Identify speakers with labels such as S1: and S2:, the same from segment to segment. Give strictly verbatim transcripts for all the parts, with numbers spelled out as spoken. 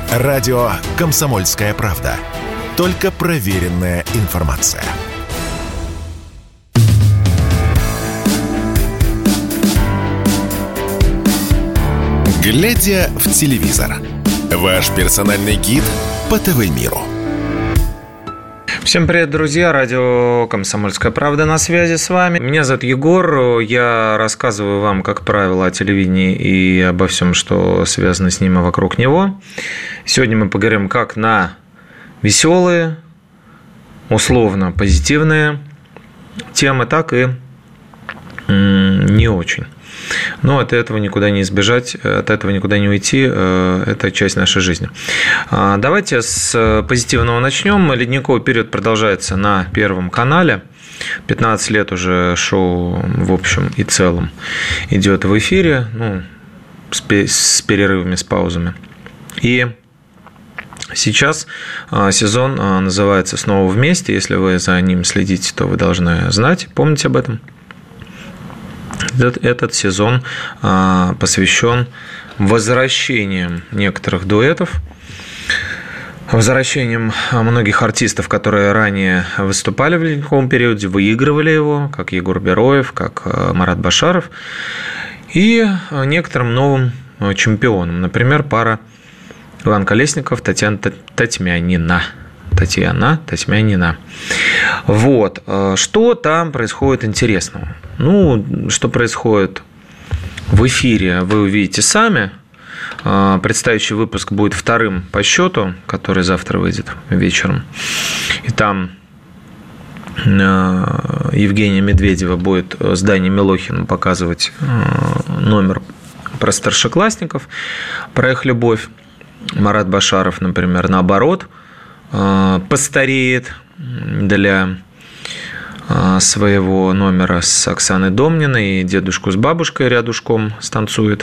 S1: Радио «Комсомольская правда». Только проверенная информация. Глядя в телевизор. Ваш персональный гид по ТВ-миру.
S2: Всем привет, друзья! Радио «Комсомольская правда» на связи с вами. Меня зовут Егор. Я рассказываю вам, как правило, о телевидении и обо всем, что связано с ним и вокруг него. Сегодня мы поговорим как на веселые, условно позитивные темы, так и не очень. Но от этого никуда не избежать, от этого никуда не уйти. Это часть нашей жизни. Давайте с позитивного начнем. «Ледниковый период» продолжается на Первом канале. пятнадцать лет уже шоу, в общем и целом, идет в эфире, ну, с перерывами, с паузами. И сейчас сезон называется «Снова вместе». Если вы за ним следите, то вы должны знать, помните об этом. Этот сезон посвящен возвращениям некоторых дуэтов, возвращениям многих артистов, которые ранее выступали в ледниковом периоде, выигрывали его, как Егор Бероев, как Марат Башаров, и некоторым новым чемпионам. Например, пара Иван Колесников, Татьяна Татьмянина. Татьяна Татьмянина. Вот. Что там происходит интересного? Ну, что происходит в эфире, вы увидите сами. Предстоящий выпуск будет вторым по счету, который завтра выйдет вечером. И там Евгения Медведева будет с Даней Милохиным показывать номер про старшеклассников, про их любовь. Марат Башаров, например, наоборот, постареет для своего номера с Оксаной Домниной, и дедушку с бабушкой рядышком станцует.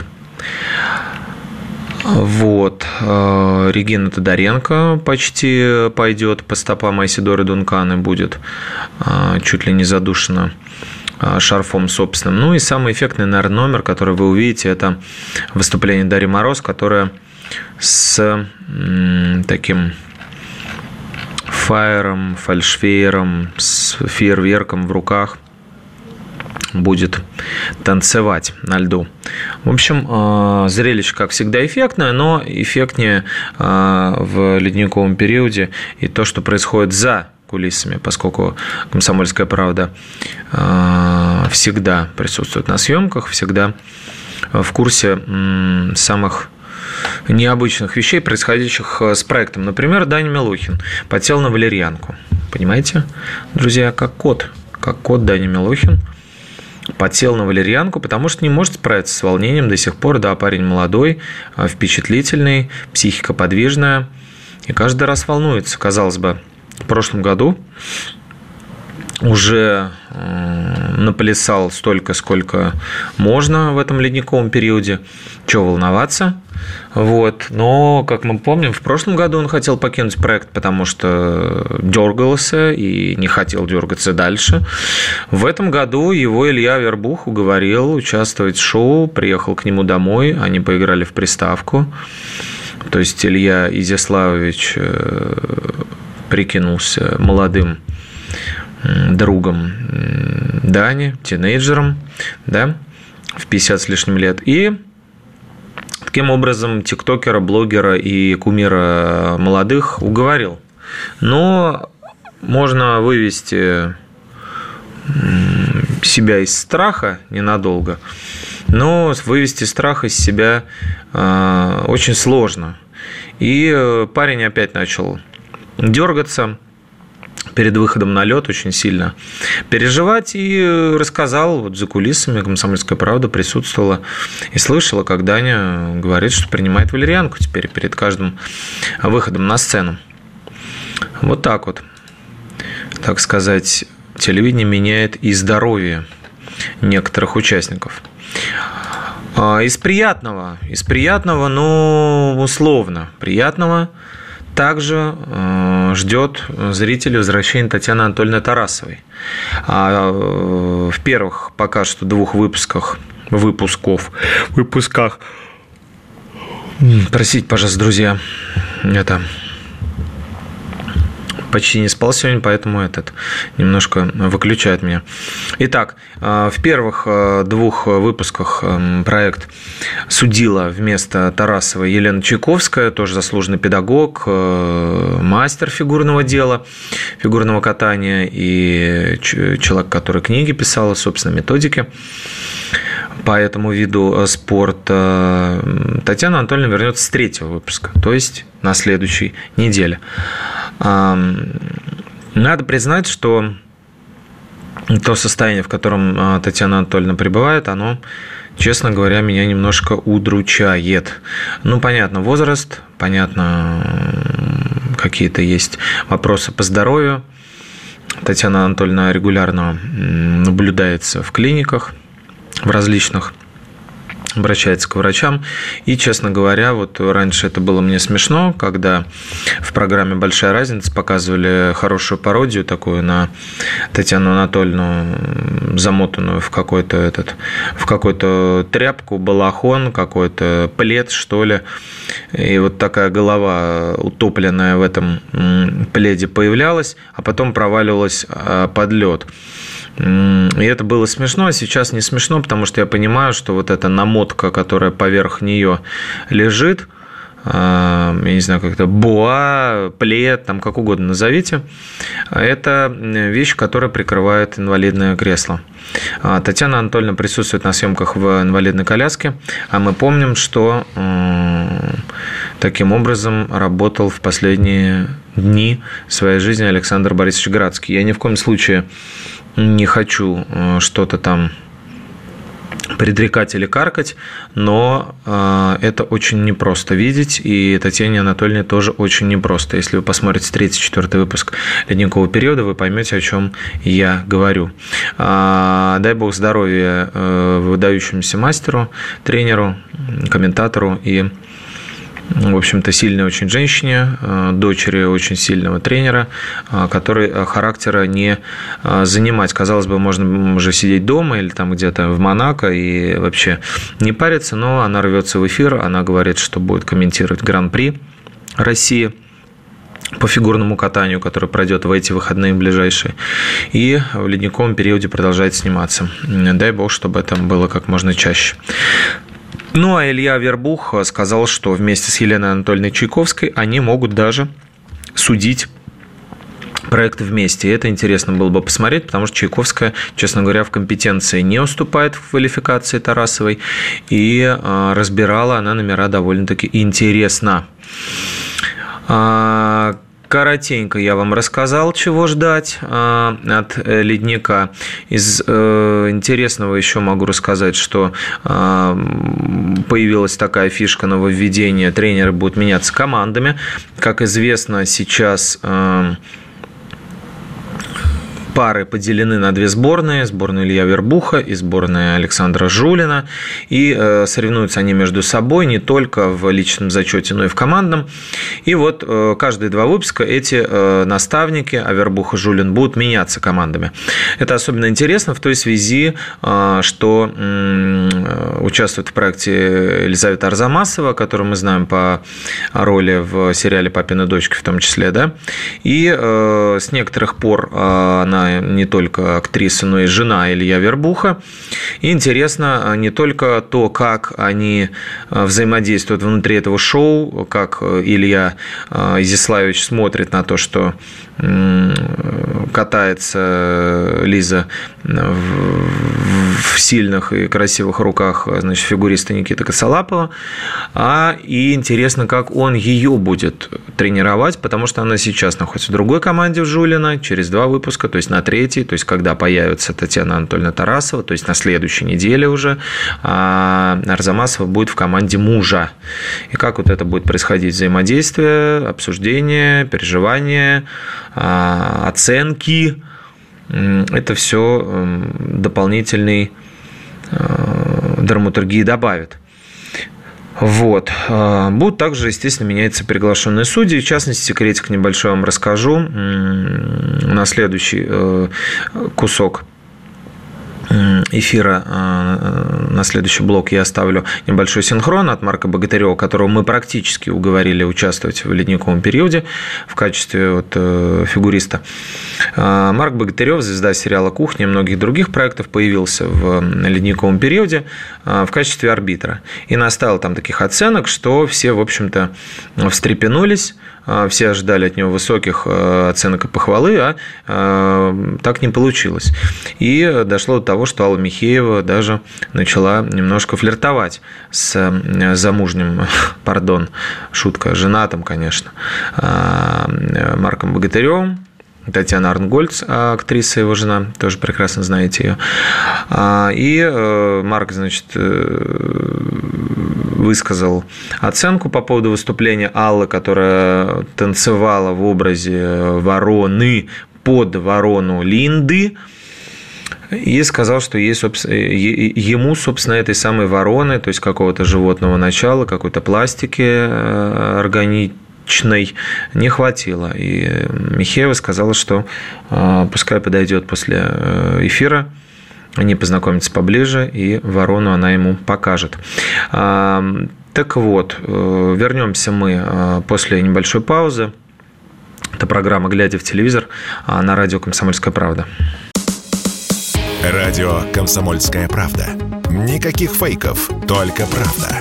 S2: Вот. Регина Тодоренко почти пойдет по стопам Айседоры Дункан и будет чуть ли не задушена шарфом собственным. Ну и самый эффектный, наверное, номер, который вы увидите, это выступление Дарьи Мороз, которая с таким фаером, фальшфейером, с фейерверком в руках будет танцевать на льду. В общем, зрелище, как всегда, эффектное, но эффектнее в ледниковом периоде и то, что происходит за кулисами, поскольку «Комсомольская правда» всегда присутствует на съемках, всегда в курсе самых необычных вещей, происходящих с проектом. Например, Даня Милохин подсел на валерьянку. Понимаете, друзья, как кот. Как кот Даня Милохин подсел на валерьянку, потому что не может справиться с волнением до сих пор. Да, парень молодой, впечатлительный, психика подвижная. И каждый раз волнуется. Казалось бы, в прошлом году уже наплясал столько, сколько можно в этом ледниковом периоде. Чего волноваться? Вот. Но, как мы помним, в прошлом году он хотел покинуть проект, потому что дергался и не хотел дергаться дальше. В этом году его Илья Вербух уговорил участвовать в шоу, приехал к нему домой, они поиграли в приставку. То есть Илья Изяславович прикинулся молодым другом Дани, тинейджером, да, в пятьдесят с лишним лет. И таким образом тиктокера, блогера и кумира молодых уговорил. Но можно вывести себя из страха ненадолго, но вывести страх из себя очень сложно. И парень опять начал дергаться перед выходом на лед, очень сильно переживать, и рассказал, вот за кулисами «Комсомольская правда» присутствовала и слышала, как Даня говорит, что принимает валерьянку теперь перед каждым выходом на сцену. Вот так вот, так сказать, телевидение меняет и здоровье некоторых участников. Из приятного, из приятного, но условно приятного, также ждет зрителей возвращение Татьяны Анатольевны Тарасовой. В первых пока что двух выпусках, выпусков, выпусках, простите, пожалуйста, друзья, это... Почти не спал сегодня, поэтому этот немножко выключает меня. Итак, в первых двух выпусках проект судила вместо Тарасовой Елена Чайковская, тоже заслуженный педагог, мастер фигурного дела, фигурного катания и человек, который книги писал, собственно, методики по этому виду спорта. Татьяна Анатольевна вернется с третьего выпуска, то есть на следующей неделе. Надо признать, что то состояние, в котором Татьяна Анатольевна пребывает, оно, честно говоря, меня немножко удручает. Ну, понятно, возраст, понятно, какие-то есть вопросы по здоровью. Татьяна Анатольевна регулярно наблюдается в клиниках, в различных, обращается к врачам. И, честно говоря, вот раньше это было мне смешно, когда в программе «Большая разница» показывали хорошую пародию такую на Татьяну Анатольевну, замотанную в какой-то этот, в какую-то тряпку, балахон, какой-то плед, что ли. И вот такая голова, утопленная в этом пледе, появлялась, а потом проваливалась под лед. И это было смешно, а сейчас не смешно, потому что я понимаю, что вот эта намотка, которая поверх нее лежит, я не знаю, как это, буа, плед, там как угодно назовите, это вещь, которая прикрывает инвалидное кресло. Татьяна Анатольевна присутствует на съемках в инвалидной коляске, а мы помним, что таким образом работал в последние дни своей жизни Александр Борисович Градский. Я ни в коем случае не хочу что-то там предрекать или каркать, но это очень непросто видеть, и Татьяне Анатольевне тоже очень непросто. Если вы посмотрите третий-четвертый выпуск «Ледникового периода», вы поймете, о чем я говорю. Дай бог здоровья выдающемуся мастеру, тренеру, комментатору и, в общем-то, сильной очень женщине, дочери очень сильного тренера, который характера не занимать. Казалось бы, можно уже сидеть дома или там где-то в Монако и вообще не париться, но она рвется в эфир, она говорит, что будет комментировать Гран-при России по фигурному катанию, который пройдет в эти выходные ближайшие, и в ледниковом периоде продолжает сниматься. Дай бог, чтобы это было как можно чаще. Ну, а Илья Вербух сказал, что вместе с Еленой Анатольевной Чайковской они могут даже судить проект вместе. И это интересно было бы посмотреть, потому что Чайковская, честно говоря, в компетенции не уступает в квалификации Тарасовой, и разбирала она номера довольно-таки интересно. Коротенько я вам рассказал, чего ждать от ледника. Из интересного еще могу рассказать, что появилась такая фишка нововведения. Тренеры будут меняться командами. Как известно, сейчас пары поделены на две сборные. Сборная Илья Вербуха и сборная Александра Жулина. И э, соревнуются они между собой не только в личном зачете, но и в командном. И вот э, каждые два выпуска эти э, наставники, а Вербуха и Жулин, будут меняться командами. Это особенно интересно в той связи, э, что э, участвует в проекте Елизавета Арзамасова, которую мы знаем по роли в сериале «Папины дочки» в том числе. Да? И э, с некоторых пор э, она не только актриса, но и жена Илья Вербуха. И интересно не только то, как они взаимодействуют внутри этого шоу, как Илья Изяславович смотрит на то, что катается Лиза в сильных и красивых руках, значит, фигуриста Никиты Косолапова, а и интересно, как он ее будет тренировать, потому что она сейчас находится в другой команде в Жулина, через два выпуска, то есть на третий, то есть когда появится Татьяна Анатольевна Тарасова, то есть на следующей неделе уже, а Арзамасова будет в команде мужа. И как вот это будет происходить взаимодействие, обсуждение, переживания, оценки, это все дополнительной драматургии добавит. Вот. Будут также, естественно, меняться приглашенные судьи. В частности, секретик небольшой вам расскажу на следующий кусок эфира на следующий блок я оставлю небольшой синхрон от Марка Богатырева, которого мы практически уговорили участвовать в ледниковом периоде в качестве вот фигуриста. Марк Богатырев, звезда сериала «Кухня» и многих других проектов, появился в ледниковом периоде в качестве арбитра. И наставил там таких оценок, что все, в общем-то, встрепенулись, все ожидали от него высоких оценок и похвалы, а так не получилось. И дошло до того, что Алла Михеева даже начала немножко флиртовать с замужним, пардон, шутка, женатым, конечно, Марком Богатыревым. Татьяна Арнгольц, актриса, его жена, тоже прекрасно знаете ее. И Марк, значит, высказал оценку по поводу выступления Аллы, которая танцевала в образе вороны под ворону Линды, и сказал, что ей, собственно, ему, собственно, этой самой вороны, то есть какого-то животного начала, какой-то пластики органической, не хватило. И Михеева сказала, что пускай подойдет после эфира, они познакомятся поближе, и ворону она ему покажет. Так вот, вернемся мы после небольшой паузы. Это программа «Глядя в телевизор» на радио «Комсомольская правда».
S1: Радио «Комсомольская правда». Никаких фейков, только правда.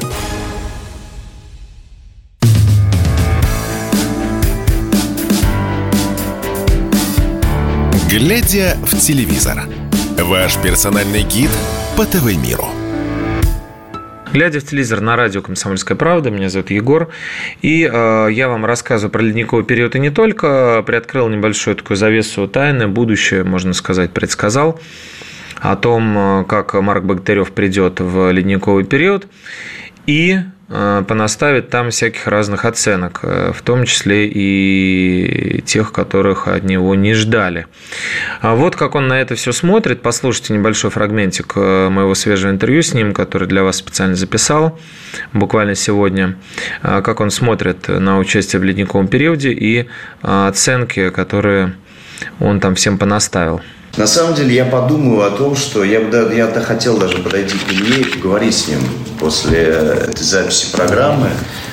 S1: «Глядя в телевизор» – ваш персональный гид по ТВ-миру.
S2: Глядя в телевизор на радио «Комсомольская правда», меня зовут Егор, и э, я вам рассказываю про ледниковый период и не только, приоткрыл небольшую такую завесу тайны, будущее, можно сказать, предсказал о том, как Марк Богатырев придет в ледниковый период, и понаставит там всяких разных оценок, в том числе и тех, которых от него не ждали. Вот как он на это все смотрит. Послушайте небольшой фрагментик моего свежего интервью с ним, который для вас специально записал буквально сегодня. Как он смотрит на участие в ледниковом периоде и оценки, которые он там всем понаставил.
S3: На самом деле я подумаю о том, что я бы да, я хотел даже подойти к Илье и поговорить с ним после этой записи программы,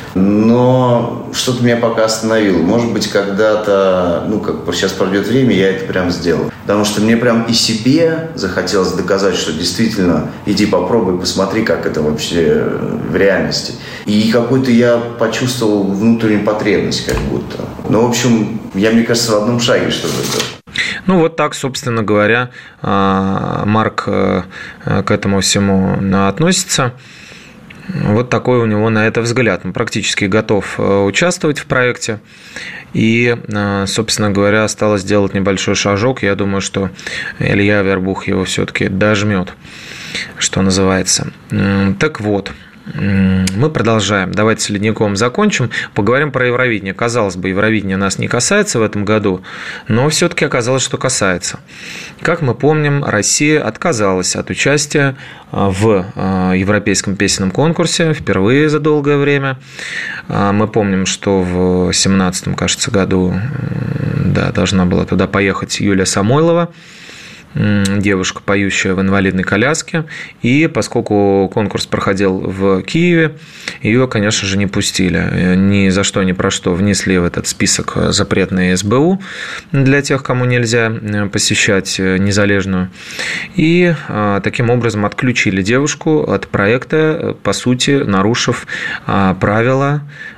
S3: но что-то меня пока остановило. Может быть, когда-то, ну, как сейчас пройдет время, я это прям сделаю. Потому что мне прям и себе захотелось доказать, что действительно иди попробуй, посмотри, как это вообще в реальности. И какую-то я почувствовал внутреннюю потребность как будто. Ну, в общем, я, мне кажется, в одном шаге, чтобы это...
S2: Ну, вот так, собственно говоря, Марк к этому всему относится. Вот такой у него на это взгляд. Он практически готов участвовать в проекте. И, собственно говоря, осталось сделать небольшой шажок. Я думаю, что Илья Авербух его все-таки дожмет, что называется. Так вот. Мы продолжаем. Давайте с ледниковым закончим. Поговорим про Евровидение. Казалось бы, Евровидение нас не касается в этом году, но все-таки оказалось, что касается. Как мы помним, Россия отказалась от участия в европейском песенном конкурсе впервые за долгое время. Мы помним, что в две тысячи семнадцатом, кажется, году да, должна была туда поехать Юлия Самойлова, девушка, поющая в инвалидной коляске, и поскольку конкурс проходил в Киеве, ее, конечно же, не пустили. Ни за что, ни про что внесли в этот список запретный эс бэ у для тех, кому нельзя посещать незалежную. И таким образом отключили девушку от проекта, по сути, нарушив правила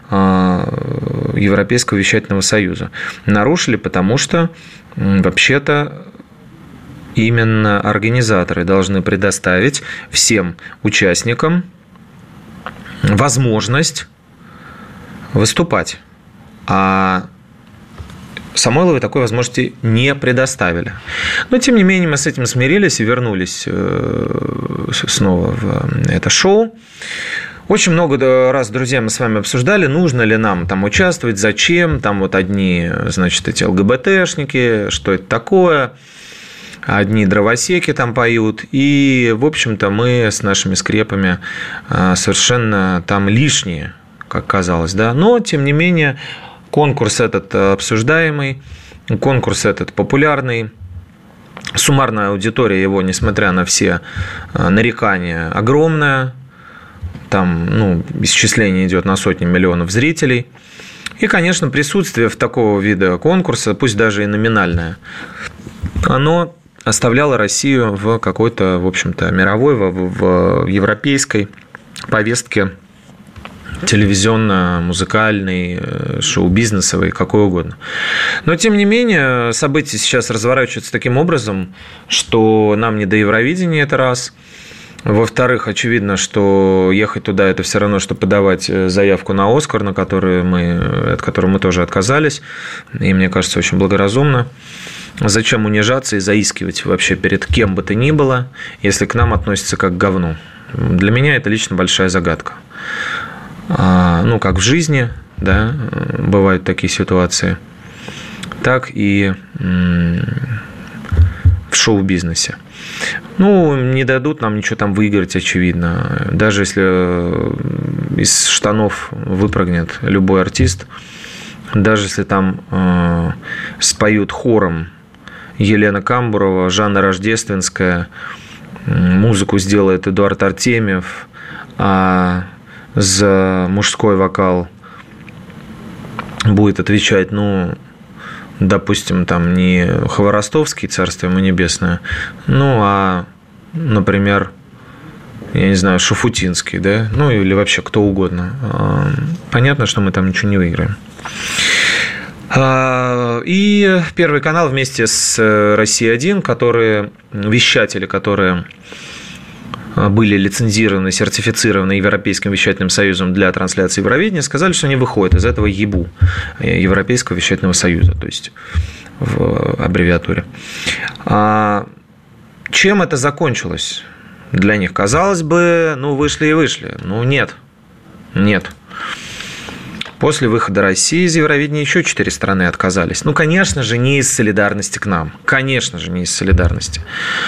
S2: Европейского вещательного союза. Нарушили, потому что вообще-то именно организаторы должны предоставить всем участникам возможность выступать. А Самойловой такой возможности не предоставили. Но, тем не менее, мы с этим смирились и вернулись снова в это шоу. Очень много раз, друзья, мы с вами обсуждали, нужно ли нам там участвовать, зачем, там вот одни, значит, эти эл гэ бэ тэшники, что это такое. Одни дровосеки там поют, и, в общем-то, мы с нашими скрепами совершенно там лишние, как казалось, да, но, тем не менее, конкурс этот обсуждаемый, конкурс этот популярный, Суммарная аудитория его, несмотря на все нарекания, огромная. Там, ну, исчисление идет на сотни миллионов зрителей. И, конечно, присутствие в такого вида конкурса, пусть даже и номинальное, оно оставляло Россию в какой-то, в общем-то, мировой, в, в европейской повестке телевизионно-музыкальной, шоу-бизнесовой, какой угодно. Но, тем не менее, события сейчас разворачиваются таким образом, что нам не до Евровидения, это раз. Во-вторых, очевидно, что ехать туда – это все равно, что подавать заявку на «Оскар», на которую мы, от которой мы тоже отказались. И, мне кажется, очень благоразумно. Зачем унижаться и заискивать вообще перед кем бы то ни было, если к нам относятся как к говну? Для меня это лично большая загадка. Ну, как в жизни, да, бывают такие ситуации, так и в шоу-бизнесе. Ну, не дадут нам ничего там выиграть, очевидно. Даже если из штанов выпрыгнет любой артист, даже если там э, споют хором Елена Камбурова, Жанна Рождественская, музыку сделает Эдуард Артемьев, а за мужской вокал будет отвечать, ну, допустим, там не Хворостовский, царство ему небесное, ну, а, например, я не знаю, Шуфутинский, да, ну, или вообще кто угодно. Понятно, что мы там ничего не выиграем. И Первый канал вместе с Россия один, которые, вещатели, которые были лицензированы, сертифицированы Европейским вещательным союзом для трансляции Евровидения, сказали, что они выходят из этого ЕБУ, Европейского вещательного союза, то есть в аббревиатуре. Чем это закончилось для них? Казалось бы, ну, вышли и вышли. Ну, нет. Нет. После выхода России из Евровидения еще четыре страны отказались. Ну, конечно же, не из солидарности к нам. Конечно же, не из солидарности.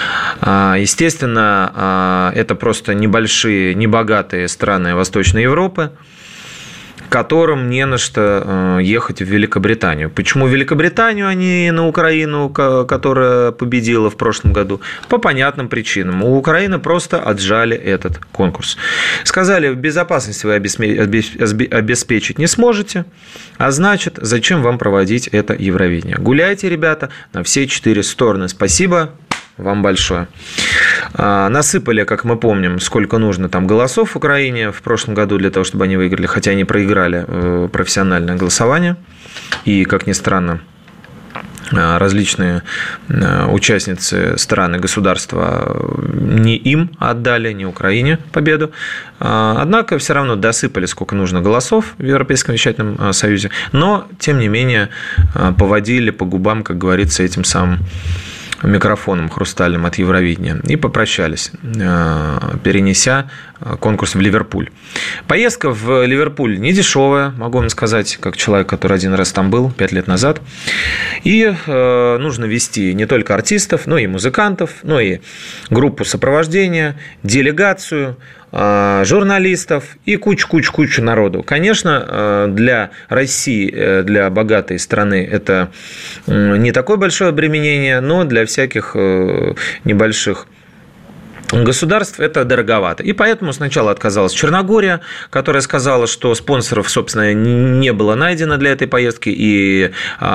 S2: Естественно, это просто небольшие, небогатые страны Восточной Европы, которым не на что ехать в Великобританию. Почему в Великобританию, а не на Украину, которая победила в прошлом году? По понятным причинам. У Украины просто отжали этот конкурс. Сказали, в безопасности вы обеспечить не сможете, а значит, зачем вам проводить это Евровидение? Гуляйте, ребята, на все четыре стороны. Спасибо вам большое. Насыпали, как мы помним, сколько нужно там голосов в Украине в прошлом году для того, чтобы они выиграли, хотя они проиграли профессиональное голосование. И, как ни странно, различные участницы страны, государства не им отдали, не Украине победу. Однако все равно досыпали, сколько нужно голосов в Европейском вещательном союзе. Но, тем не менее, поводили по губам, как говорится, этим самым микрофоном хрустальным от Евровидения и попрощались, перенеся конкурс в Ливерпуль. Поездка в Ливерпуль не дешевая, могу вам сказать, как человек, который один раз там был пять лет назад. И нужно вести не только артистов, но и музыкантов, но и группу сопровождения, делегацию, журналистов и кучу-кучу-кучу народу. Конечно, для России, для богатой страны это не такое большое обременение, но для всяких небольших государств это дороговато. И поэтому сначала отказалась Черногория, которая сказала, что спонсоров, собственно, не было найдено для этой поездки и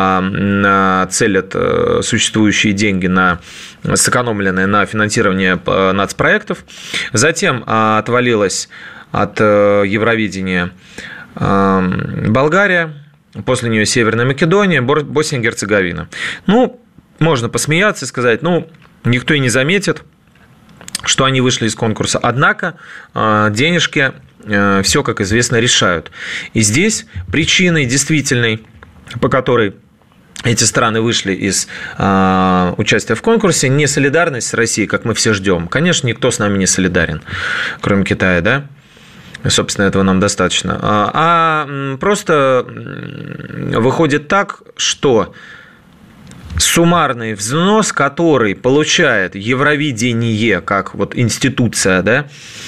S2: целят существующие деньги на сэкономленные на финансирование нацпроектов. Затем отвалилась от Евровидения Болгария, после нее Северная Македония, Босния и Герцеговина. Ну, можно посмеяться и сказать, ну, никто и не заметит, что они вышли из конкурса. Однако денежки все, как известно, решают. И здесь причиной действительной, по которой эти страны вышли из участия в конкурсе, не солидарность с Россией, как мы все ждем. Конечно, никто с нами не солидарен, кроме Китая, да? Собственно, этого нам достаточно. А просто выходит так, что суммарный взнос, который получает Евровидение как вот институция, да,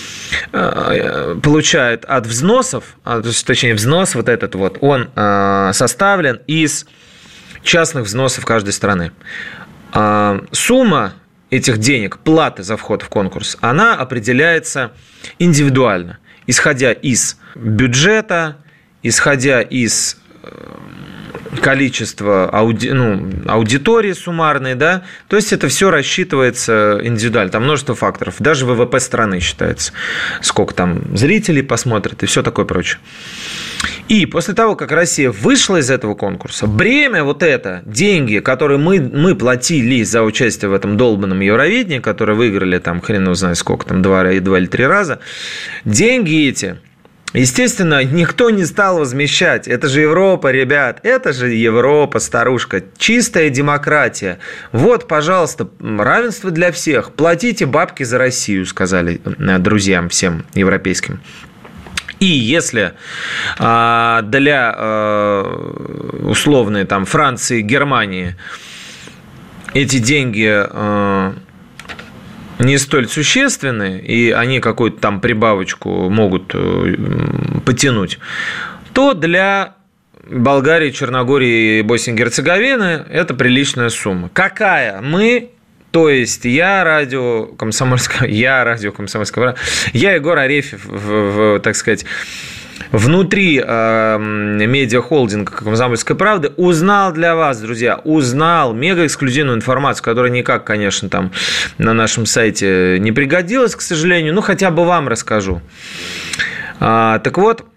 S2: получает от взносов, точнее взнос вот этот вот, он составлен из частных взносов каждой страны. Сумма этих денег, платы за вход в конкурс, она определяется индивидуально, исходя из бюджета, исходя из количества ауди... ну, аудитории суммарной, да, то есть это все рассчитывается индивидуально, там множество факторов, даже ВВП страны считается, сколько там зрителей посмотрят и все такое прочее. И после того, как Россия вышла из этого конкурса, бремя вот это, деньги, которые мы, мы платили за участие в этом долбанном Евровидении, которые выиграли там хрен его знает сколько, там два, два или три раза, деньги эти... Естественно, никто не стал возмещать. Это же Европа, ребят. Это же Европа, старушка. Чистая демократия. Вот, пожалуйста, равенство для всех. Платите бабки за Россию, сказали друзьям всем европейским. И если а, для а, условной там, Франции, Германии эти деньги... А, не столь существенны, и они какую-то там прибавочку могут потянуть, то для Болгарии, Черногории и Боснии и Герцеговины это приличная сумма. Какая? Мы, то есть я, радио Комсомольская, я, радио Комсомольская, я, Егор Арефьев, в, в, так сказать, внутри э, медиахолдинга «Комсомольской правды» узнал для вас, друзья, узнал мега-эксклюзивную информацию, которая никак, конечно, там на нашем сайте не пригодилась, к сожалению, но хотя бы вам расскажу. А, так вот,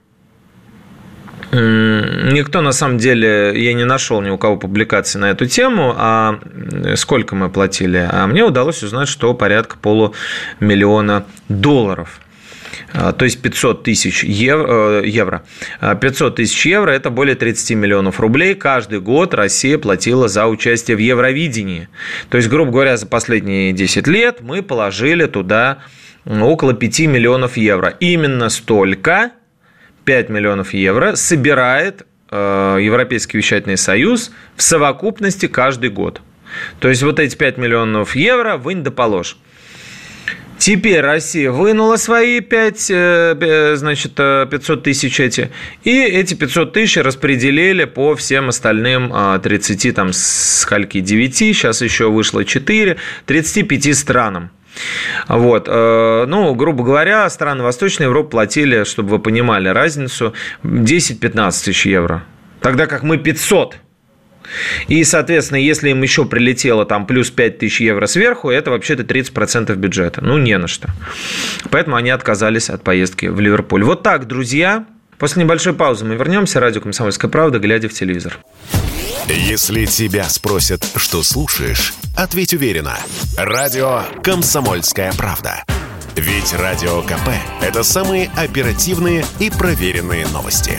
S2: никто, на самом деле, я не нашел ни у кого публикации на эту тему, а сколько мы платили, а мне удалось узнать, что порядка полумиллиона долларов. То есть пятьсот тысяч евро. пятьсот тысяч евро – это более тридцать миллионов рублей. Каждый год Россия платила за участие в Евровидении. То есть, грубо говоря, за последние десять лет мы положили туда около пяти миллионов евро. Именно столько, пять миллионов евро, собирает Европейский вещательный союз в совокупности каждый год. То есть, вот эти пять миллионов евро вынь да положь. Теперь Россия вынула свои пять, значит, пятьсот тысяч эти, и эти пятьсот тысяч распределили по всем остальным тридцати, там, скольки, девяти, сейчас еще вышло четыре, тридцати пяти странам. Вот. Ну, грубо говоря, страны Восточной Европы платили, чтобы вы понимали разницу, десять-пятнадцать тысяч евро, тогда как мы пятьсот. И, соответственно, если им еще прилетело там плюс пять тысяч евро сверху, это вообще-то тридцать процентов бюджета. Ну, не на что. Поэтому они отказались от поездки в Ливерпуль. Вот так, друзья. После небольшой паузы мы вернемся. Радио «Комсомольская правда», глядя в телевизор.
S1: Если тебя спросят, что слушаешь, ответь уверенно. Радио «Комсомольская правда». Ведь Радио КП – это самые оперативные и проверенные новости.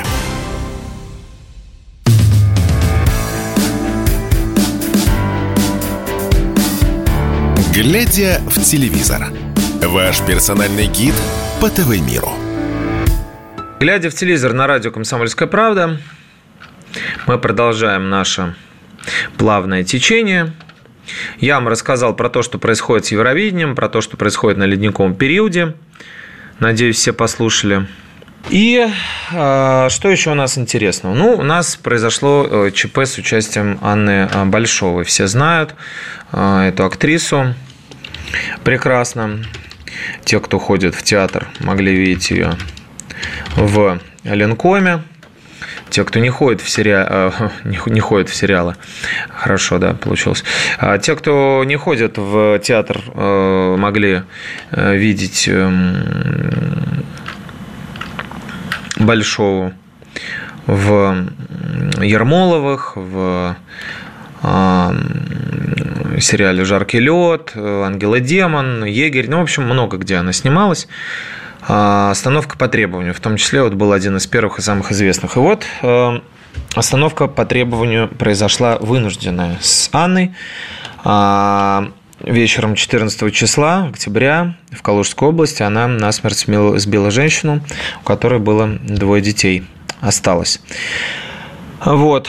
S1: Глядя в телевизор. Ваш персональный гид по ТВ-миру.
S2: Глядя в телевизор на радио «Комсомольская правда», мы продолжаем наше плавное течение. Я вам рассказал про то, что происходит с Евровидением, про то, что происходит на ледниковом периоде. Надеюсь, все послушали. И э, что еще у нас интересного? Ну, у нас произошло ЧП с участием Анны Большовой. Все знают э, эту актрису прекрасно. Те, кто ходит в театр, могли видеть ее в Ленкоме. Те, кто не ходит в сериалы, не ходит в сериалы, хорошо, да, получилось. Те, кто не ходит в театр, могли видеть Большову в Ермоловых, в сериале «Жаркий лед», «Ангел и демон», «Егерь», ну, в общем, много где она снималась. Остановка по требованию, в том числе вот был один из первых и самых известных. И вот остановка по требованию произошла вынужденная с Анной. Вечером четырнадцатого числа октября в Калужской области она насмерть сбила женщину, у которой было двое детей, осталось. Вот.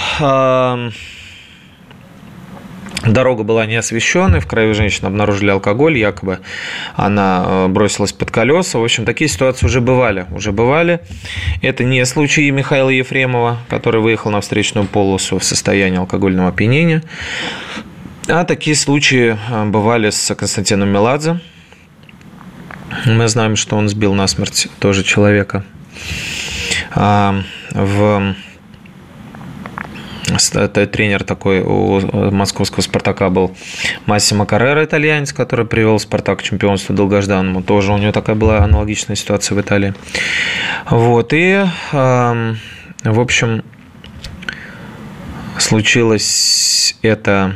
S2: Дорога была не освещенной, в крови женщины обнаружили алкоголь, якобы она бросилась под колеса. В общем, такие ситуации уже бывали, уже бывали. Это не случай Михаила Ефремова, который выехал на встречную полосу в состоянии алкогольного опьянения. А такие случаи бывали с Константином Меладзе. Мы знаем, что он сбил насмерть тоже человека. В... Это тренер такой у московского «Спартака» был Массимо Каррера, итальянец, который привел «Спартак» к чемпионству долгожданному. Тоже у него такая была аналогичная ситуация в Италии. Вот. И, в общем, случилось это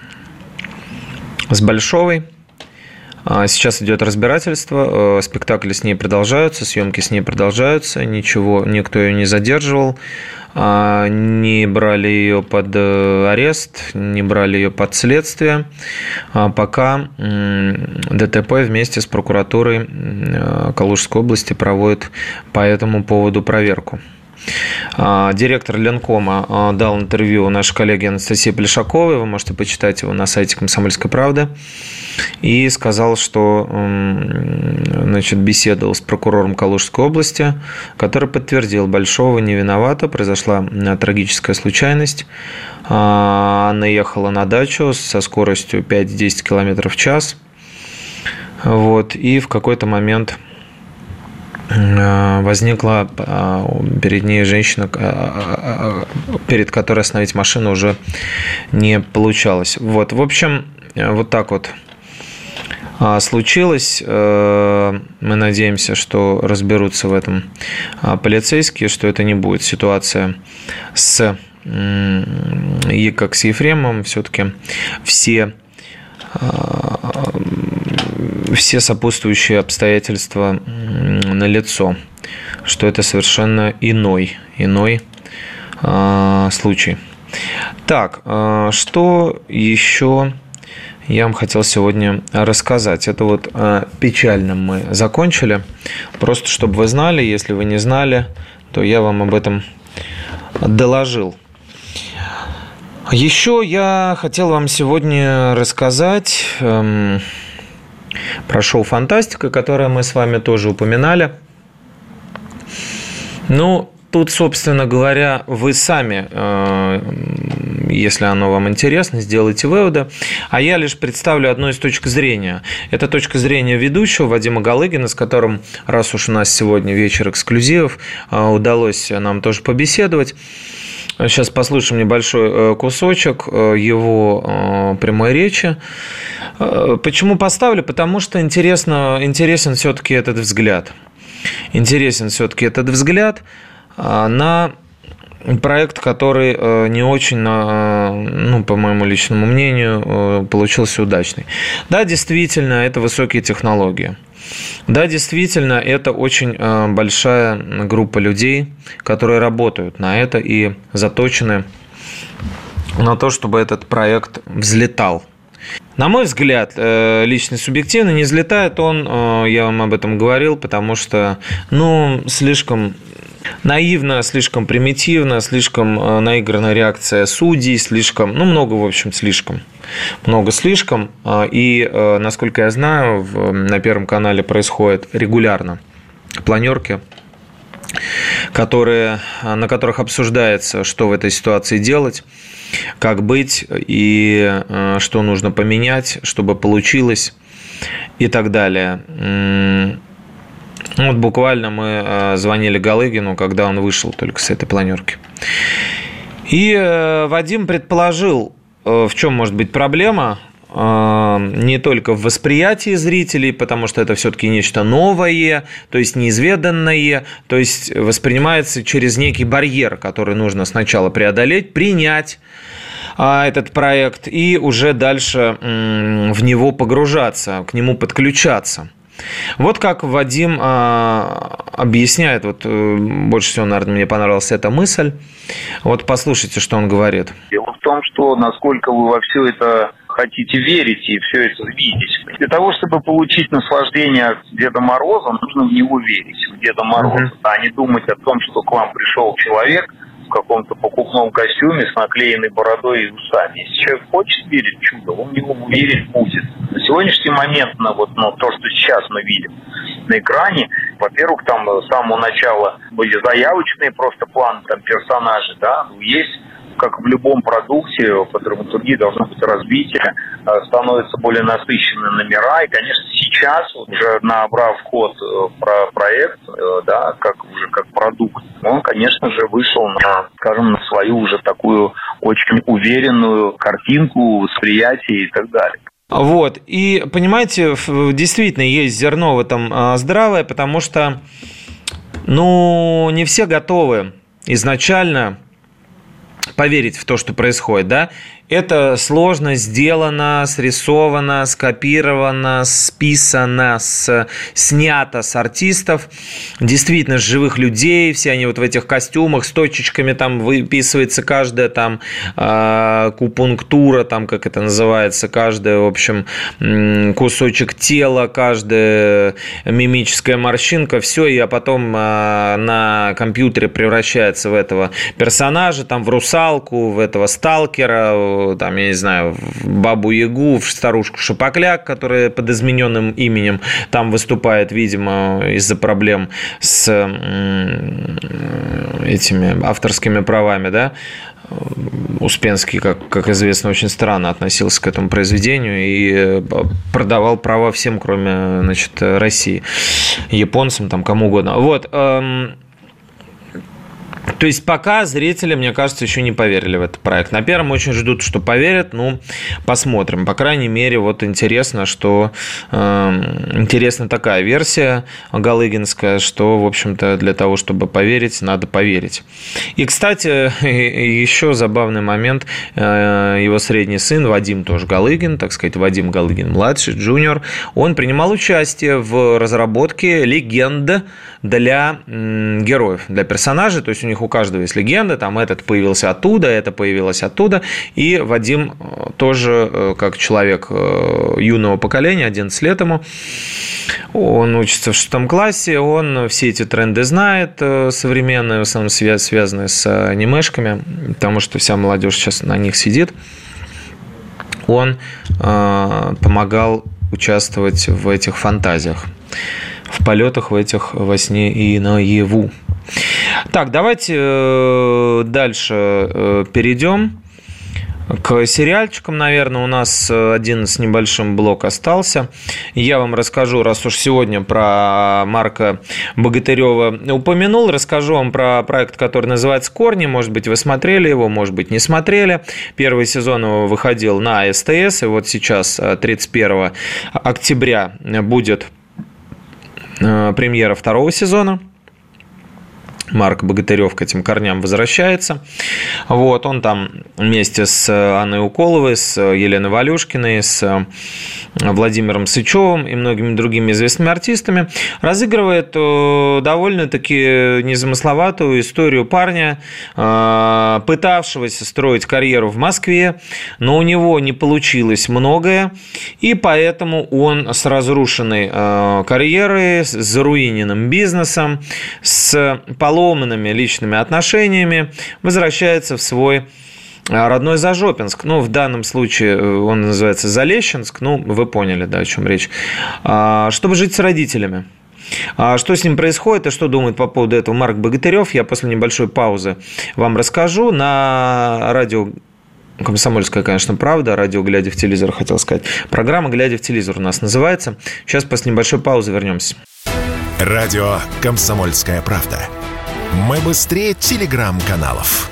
S2: с Большовой. Сейчас идет разбирательство, спектакли с ней продолжаются, съемки с ней продолжаются, ничего, никто ее не задерживал, не брали ее под арест, не брали ее под следствие, пока ДТП вместе с прокуратурой Калужской области проводит по этому поводу проверку. Директор Ленкома дал интервью нашей коллеге Анастасии Плешаковой, вы можете почитать его на сайте «Комсомольской правды», и сказал, что, значит, беседовал с прокурором Калужской области, который подтвердил: Большова не виновата, произошла трагическая случайность. Она ехала на дачу со скоростью пять-десять километров в час, вот, и в какой-то момент возникла перед ней женщина, перед которой остановить машину уже не получалось. Вот, в общем, вот так вот случилось. Мы надеемся, что разберутся в этом полицейские, что это не будет ситуация с, и как с Ефремовым, все-таки все все сопутствующие обстоятельства налицо, что это совершенно иной, иной э, случай. Так, э, что еще я вам хотел сегодня рассказать? Это вот э, печальным мы закончили. Просто чтобы вы знали, если вы не знали, то я вам об этом доложил. Еще я хотел вам сегодня рассказать эм, про шоу «Фантастика», которое мы с вами тоже упоминали. Ну, тут, собственно говоря, вы сами, э, если оно вам интересно, сделайте выводы. А я лишь представлю одну из точек зрения. Это точка зрения ведущего Вадима Галыгина, с которым, раз уж у нас сегодня вечер эксклюзивов, э, удалось нам тоже побеседовать. Сейчас послушаем небольшой кусочек его прямой речи. Почему поставлю? Потому что интересно, интересен все-таки этот взгляд. Интересен все-таки этот взгляд на проект, который не очень, ну, по моему личному мнению, получился удачный. Да, действительно, это высокие технологии. Да, действительно, это очень большая группа людей, которые работают на это и заточены на то, чтобы этот проект взлетал. На мой взгляд, лично субъективно, не взлетает он, я вам об этом говорил, потому что, ну, слишком наивно, слишком примитивно, слишком наигранная реакция судей, слишком, ну, много, в общем, слишком. Много слишком. И, насколько я знаю, на Первом канале происходят регулярно планерки, которые, на которых обсуждается, что в этой ситуации делать, как быть и что нужно поменять, чтобы получилось и так далее. Вот буквально мы звонили Галыгину, когда он вышел только с этой планерки. И Вадим предположил, в чем может быть проблема, не только в восприятии зрителей, потому что это все-таки нечто новое, то есть неизведанное, то есть воспринимается через некий барьер, который нужно сначала преодолеть, принять этот проект и уже дальше в него погружаться, к нему подключаться. Вот как Вадим объясняет, вот больше всего, наверное, мне понравилась эта мысль. Вот послушайте, что он говорит.
S4: Дело в том, что насколько вы во все это хотите верить и все это видеть. Для того, чтобы получить наслаждение от Деда Мороза, нужно в него верить, в Деда Мороза, uh-huh. а не думать о том, что к вам пришел человек в каком-то покупном костюме с наклеенной бородой и усами. Если человек хочет верить в чудо, он в него верить будет. На сегодняшний момент, на вот, ну, то, что сейчас мы видим на экране, во-первых, там с самого начала были заявочные просто планы там, персонажей, да, есть как в любом продукте, по драматургии должно быть развитие, становятся более насыщенные номера. И, конечно, сейчас, уже набрав ход про проект, да, как уже как продукт, он, конечно же, вышел на, скажем, на свою уже такую очень уверенную картинку, восприятие и так далее.
S2: Вот, и, понимаете, действительно есть зерно в этом здравое, потому что, ну, не все готовы изначально поверить в то, что происходит, да? Это сложно сделано, срисовано, скопировано, списано, с, снято с артистов, действительно, с живых людей, все они вот в этих костюмах с точечками, там выписывается каждая там э, купунктура, там, как это называется, каждая, в общем, кусочек тела, каждая мимическая морщинка, все, и потом э, на компьютере превращается в этого персонажа, там, в русалку, в этого сталкера, там, я не знаю, в Бабу-Ягу, в старушку Шапокляк, которая под измененным именем там выступает, видимо, из-за проблем с этими авторскими правами, да. Успенский, как, как известно, очень странно относился к этому произведению и продавал права всем, кроме, значит, России, японцам, там, кому угодно. Вот. То есть пока зрители, мне кажется, еще не поверили в этот проект. На первом очень ждут, что поверят. Ну, посмотрим. По крайней мере, вот интересно, что э, интересна такая версия галыгинская, что, в общем-то, для того, чтобы поверить, надо поверить. И, кстати, еще забавный момент. Э, его средний сын Вадим тоже Галыгин, так сказать, Вадим Галыгин-младший, джуниор, он принимал участие в разработке легенд для м, героев, для персонажей. То есть у них у каждого есть легенда, там этот появился оттуда, это появилось оттуда, и Вадим тоже, как человек юного поколения, одиннадцать лет ему, он учится в шестом классе, он все эти тренды знает современные, в основном связанные с анимешками, потому что вся молодежь сейчас на них сидит. Он помогал участвовать в этих фантазиях, в полетах в этих во сне и наяву. Так, давайте дальше перейдем к сериальчикам. Наверное, у нас один с небольшим блок остался. Я вам расскажу, раз уж сегодня про Марка Богатырева упомянул, расскажу вам про проект, который называется «Корни». Может быть, вы смотрели его, может быть, не смотрели. Первый сезон его выходил на СТС, и вот сейчас, тридцать первого октября, будет премьера второго сезона. Марк Богатырев к этим корням возвращается. Вот, он там вместе с Анной Уколовой, с Еленой Валюшкиной, с Владимиром Сычевым и многими другими известными артистами разыгрывает довольно-таки незамысловатую историю парня, пытавшегося строить карьеру в Москве, но у него не получилось многое, и поэтому он с разрушенной карьерой, с заруиненным бизнесом, с поломанными личными отношениями возвращается в свой родной Зажопинск. Ну, в данном случае он называется Залещенск. Ну, вы поняли, да, о чем речь. Чтобы жить с родителями. Что с ним происходит и что думает по поводу этого Марк Богатырев, я после небольшой паузы вам расскажу. На радио «Комсомольская, конечно, правда», радио «Глядя в телевизор», хотел сказать. Программа «Глядя в телевизор» у нас называется. Сейчас после небольшой паузы вернемся.
S1: Радио «Комсомольская правда». Мы быстрее телеграм-каналов.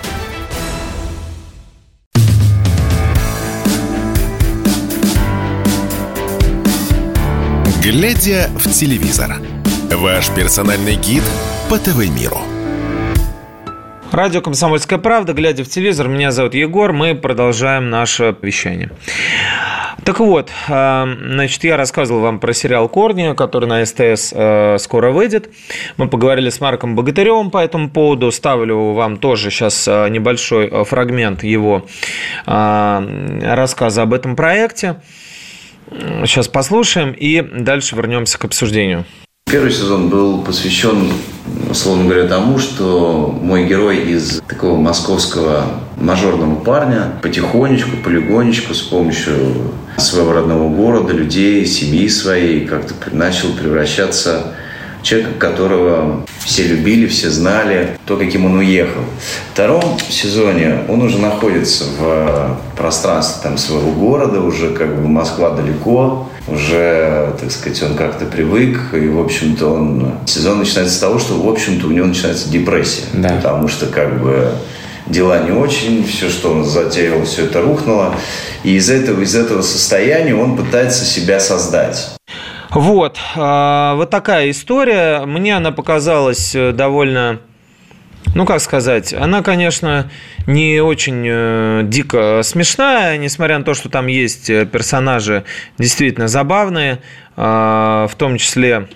S1: «Глядя в телевизор» – ваш персональный гид по ТВ-миру.
S2: Радио «Комсомольская правда», «Глядя в телевизор». Меня зовут Егор. Мы продолжаем наше вещание. Так вот, значит, я рассказывал вам про сериал «Корни», который на СТС скоро выйдет. Мы поговорили с Марком Богатыревым по этому поводу. Ставлю вам тоже сейчас небольшой фрагмент его рассказа об этом проекте. Сейчас послушаем и дальше вернемся к обсуждению.
S3: Первый сезон был посвящен, условно говоря, тому, что мой герой из такого московского мажорного парня потихонечку, полигонечку, с помощью своего родного города, людей, семьи своей, как-то начал превращаться человека, которого все любили, все знали, то, каким он уехал. В втором сезоне он уже находится в пространстве там, своего города, уже как бы Москва далеко, уже, так сказать, он как-то привык, и, в общем-то, он... Сезон начинается с того, что, в общем-то, у него начинается депрессия, да. Потому что, как бы, дела не очень, все, что он затеял, все это рухнуло, и из этого, из этого состояния он пытается себя создать.
S2: Вот, вот такая история. Мне она показалась довольно, ну, как сказать, она, конечно, не очень дико смешная, несмотря на то, что там есть персонажи действительно забавные, в том числе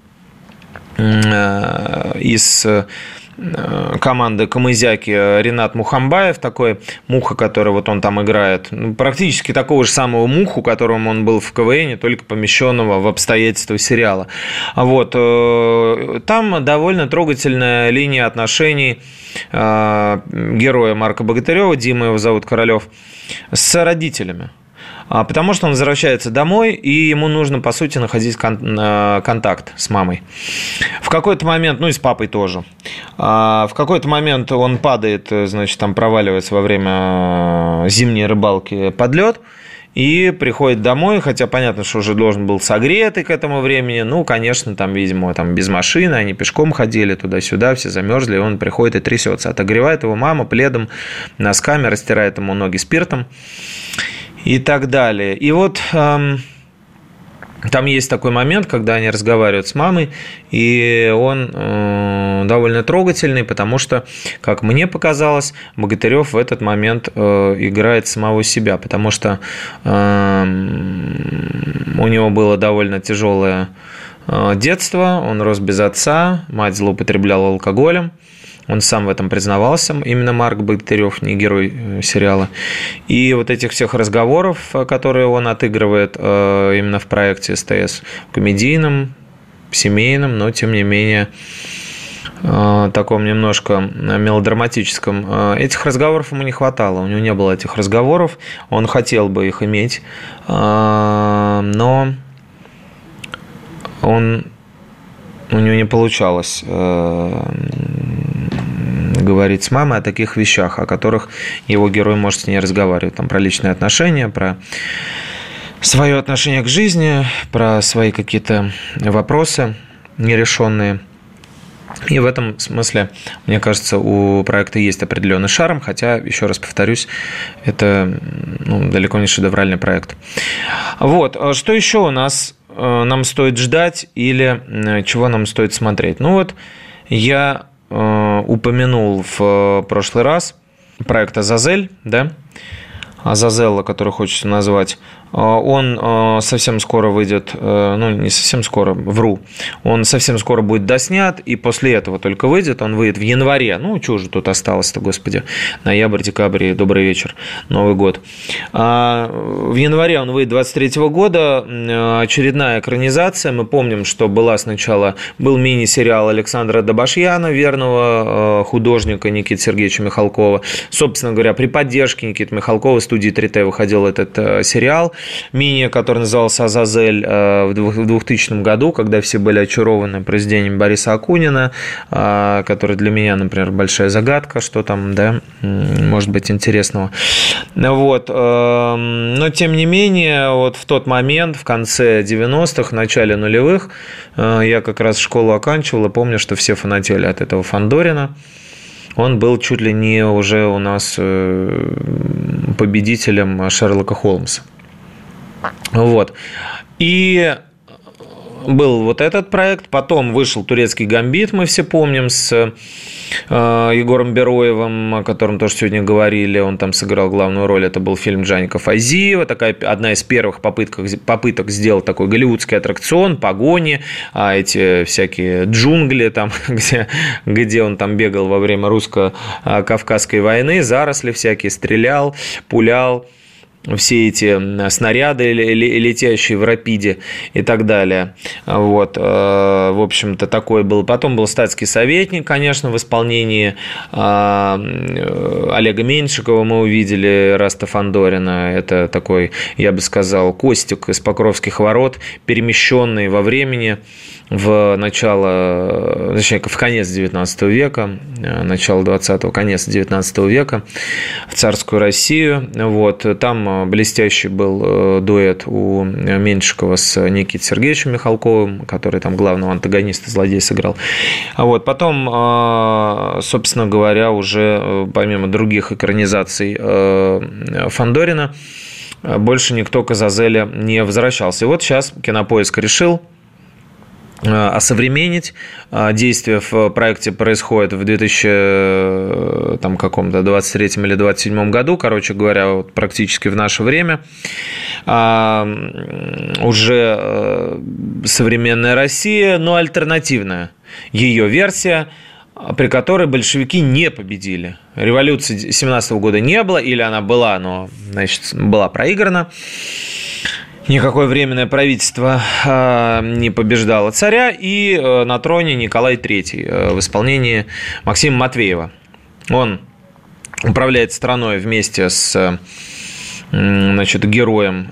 S2: из команды Камызяки Ренат Мухамбаев, такой Муха, который вот он там играет, практически такого же самого Муху, которым он был в КВН, только помещенного в обстоятельства сериала. Вот. Там довольно трогательная линия отношений героя Марка Богатырева, Дима его зовут, Королёв, с родителями. Потому что он возвращается домой, и ему нужно, по сути, находить контакт с мамой. В какой-то момент, ну и с папой тоже, в какой-то момент он падает, значит, там проваливается во время зимней рыбалки под лед, и приходит домой, хотя понятно, что уже должен был согретый к этому времени. Ну, конечно, там, видимо, там без машины, они пешком ходили туда-сюда, все замерзли, и он приходит и трясется. Отогревает его мама пледом, носками, растирает ему ноги спиртом. И так далее. И вот эм, там есть такой момент, когда они разговаривают с мамой, и он э, довольно трогательный, потому что, как мне показалось, Богатырев в этот момент э, играет самого себя, потому что э, у него было довольно тяжелое э, детство, он рос без отца, мать злоупотребляла алкоголем. Он сам в этом признавался, именно Марк Богатырев, не герой сериала. И вот этих всех разговоров, которые он отыгрывает именно в проекте СТС, комедийном, семейном, но, тем не менее, таком немножко мелодраматическом, этих разговоров ему не хватало. У него не было этих разговоров, он хотел бы их иметь, но он, у него не получалось говорить с мамой о таких вещах, о которых его герой может с ней разговаривать. Там про личные отношения, про свое отношение к жизни, про свои какие-то вопросы нерешенные. И в этом смысле, мне кажется, у проекта есть определенный шарм, хотя, еще раз повторюсь, это ну, далеко не шедевральный проект. Вот. Что еще у нас нам стоит ждать или чего нам стоит смотреть? Ну вот, я упомянул в прошлый раз проект «Азазель», да, Азазелла, который хочется назвать. Он совсем скоро выйдет, ну, не совсем скоро, вру, он совсем скоро будет доснят, и после этого только выйдет, он выйдет в январе, ну, чего же тут осталось-то, господи, ноябрь, декабрь, добрый вечер, Новый год. В январе он выйдет двадцать третьего года, очередная экранизация, мы помним, что была сначала, был мини-сериал Александра Добашьяна, верного художника Никиты Сергеевича Михалкова, собственно говоря, при поддержке Никиты Михалкова студии три тэ выходил этот сериал, мини, который назывался «Азазель» в двухтысячном году, когда все были очарованы произведением Бориса Акунина, который для меня, например, большая загадка, что там, да, может быть интересного. Вот. Но, тем не менее, вот в тот момент, в конце девяностых, в начале нулевых, я как раз школу оканчивал и помню, что все фанатели от этого Фандорина. Он был чуть ли не уже у нас победителем Шерлока Холмса. Вот. И был вот этот проект, потом вышел «Турецкий гамбит», мы все помним, с э, Егором Бероевым, о котором тоже сегодня говорили, он там сыграл главную роль, это был фильм Джаника Файзиева, такая одна из первых попыток, попыток сделать такой голливудский аттракцион, погони, а эти всякие джунгли, там, где, где он там бегал во время русско-кавказской войны, заросли всякие, стрелял, пулял. все эти снаряды, летящие в рапиде и так далее. Вот, в общем-то, такой был. Потом был статский советник, конечно, в исполнении Олега Меньшикова мы увидели Эраста Фандорина. Это такой, я бы сказал, Костик из Покровских ворот, перемещенный во времени в начало, точнее, в конец девятнадцатого века, начало двадцатого, конец девятнадцатого века, в царскую Россию. Вот. Там блестящий был дуэт у Меньшикова с Никитой Сергеевичем Михалковым, который там главного антагониста, злодея сыграл. Вот. Потом, собственно говоря, уже помимо других экранизаций Фандорина, больше никто к Азазеле не возвращался. И вот сейчас Кинопоиск решил осовременить. Действие в проекте происходит в две тысячи там, каком-то двадцать третьем или двадцать седьмом году, короче говоря, вот практически в наше время. Уже современная Россия, но альтернативная ее версия, при которой большевики не победили. Революции семнадцатого года не было, или она была, но, значит, была проиграна. Никакое временное правительство не побеждало царя, и на троне Николай третий в исполнении Максима Матвеева. Он управляет страной вместе с, значит, героем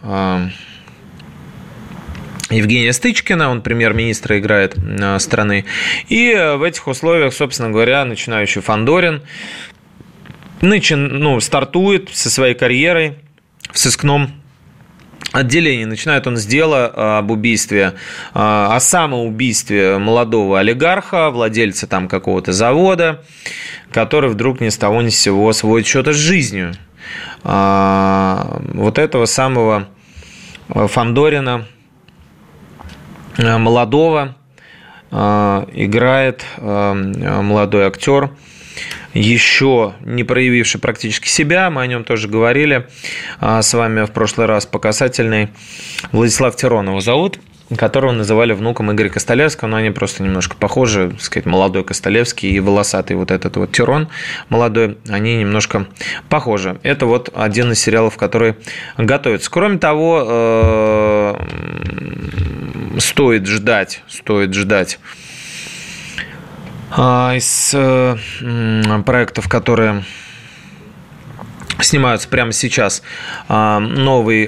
S2: Евгения Стычкина, он премьер-министра играет страны. И в этих условиях, собственно говоря, начинающий Фандорин начин, ну, стартует со своей карьерой в сыскном отделении. Начинает он с дела об убийстве, о самоубийстве молодого олигарха, владельца там какого-то завода, который вдруг ни с того ни с сего сводит счеты с жизнью. Вот этого самого Фандорина, молодого, играет молодой актер, еще не проявивший практически себя, мы о нем тоже говорили с вами в прошлый раз по касательной, Владислав Тиронов его зовут, которого называли внуком Игоря Костолевского, но они просто немножко похожи, так сказать, молодой Костолевский и волосатый вот этот вот Тирон молодой, они немножко похожи. Это вот один из сериалов, который готовится. Кроме того, стоит ждать, стоит ждать из проектов, которые снимаются прямо сейчас, новый,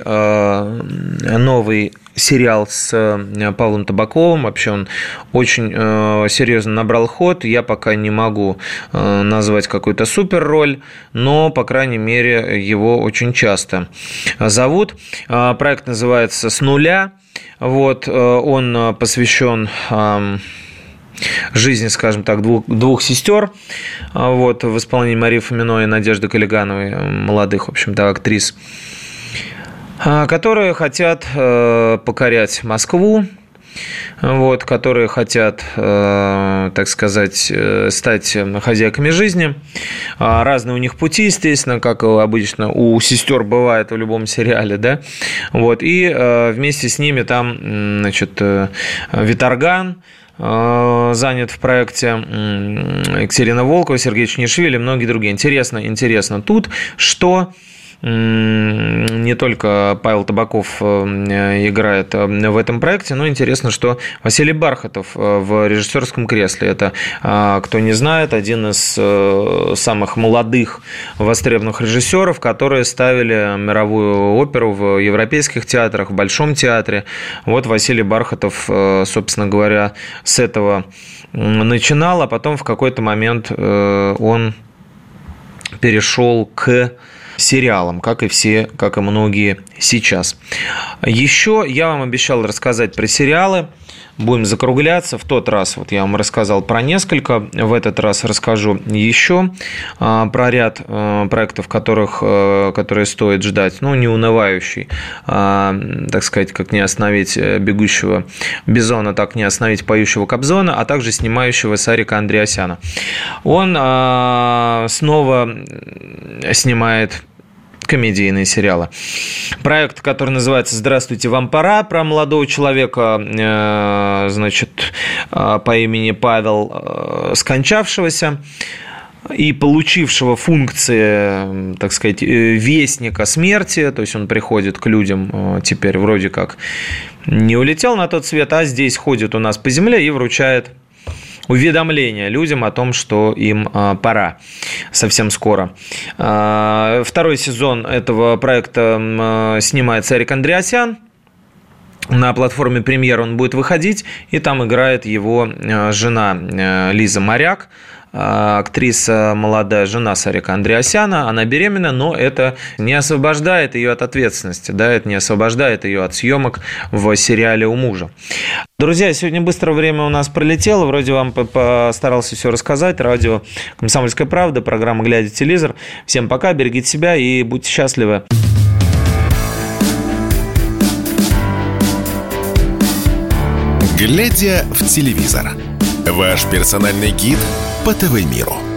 S2: новый сериал с Павлом Табаковым. Вообще он очень серьезно набрал ход. Я пока не могу назвать какую-то супер роль, но, по крайней мере, его очень часто зовут. Проект называется «С нуля». Вот, он посвящен жизни, скажем так, двух, двух сестер, вот, в исполнении Марии Фоминой и Надежды Каллигановой, молодых, в общем-то, актрис, которые хотят покорять Москву, вот, которые хотят, так сказать, стать хозяйками жизни. Разные у них пути, естественно, как обычно у сестер бывает в любом сериале, да, вот, и вместе с ними там, значит, Виторган занят в проекте, Екатерина Волкова, Сергей Чунишвили и многие другие. Интересно, интересно тут, что не только Павел Табаков играет в этом проекте, но интересно, что Василий Бархатов в режиссерском кресле. Это, кто не знает, один из самых молодых востребованных режиссеров, которые ставили мировую оперу в европейских театрах, в Большом театре. Вот Василий Бархатов, собственно говоря, с этого начинал, а потом в какой-то момент он перешел к сериалам, как и все, как и многие сейчас. Еще я вам обещал рассказать про сериалы. Будем закругляться. В тот раз вот я вам рассказал про несколько, в этот раз расскажу еще про ряд проектов, которых, которые стоит ждать. Ну, не унывающий, так сказать, как не остановить бегущего бизона, так не остановить поющего Кобзона, а также снимающего Сарика Андреасяна. Он снова снимает комедийные сериалы. Проект, который называется «Здравствуйте, вам пора», про молодого человека, значит, по имени Павел, скончавшегося. и получившего функции, так сказать, вестника смерти, то есть он приходит к людям теперь вроде как не улетел на тот свет, а здесь ходит у нас по земле и вручает уведомление людям о том, что им пора совсем скоро. Второй сезон этого проекта снимает Сарик Андреасян. На платформе «Премьер» он будет выходить, и там играет его жена Лиза Моряк, актриса молодая, жена Сарика Андреасяна. Она беременна, но это не освобождает ее от ответственности, да, это не освобождает ее от съемок в сериале «У мужа». Друзья, сегодня быстро время у нас пролетело, вроде вам постарался все рассказать. Радио «Комсомольская правда», программа «Глядя в телевизор». Всем пока, берегите себя и будьте счастливы.
S1: «Глядя в телевизор» – ваш персональный гид по ТВ-миру.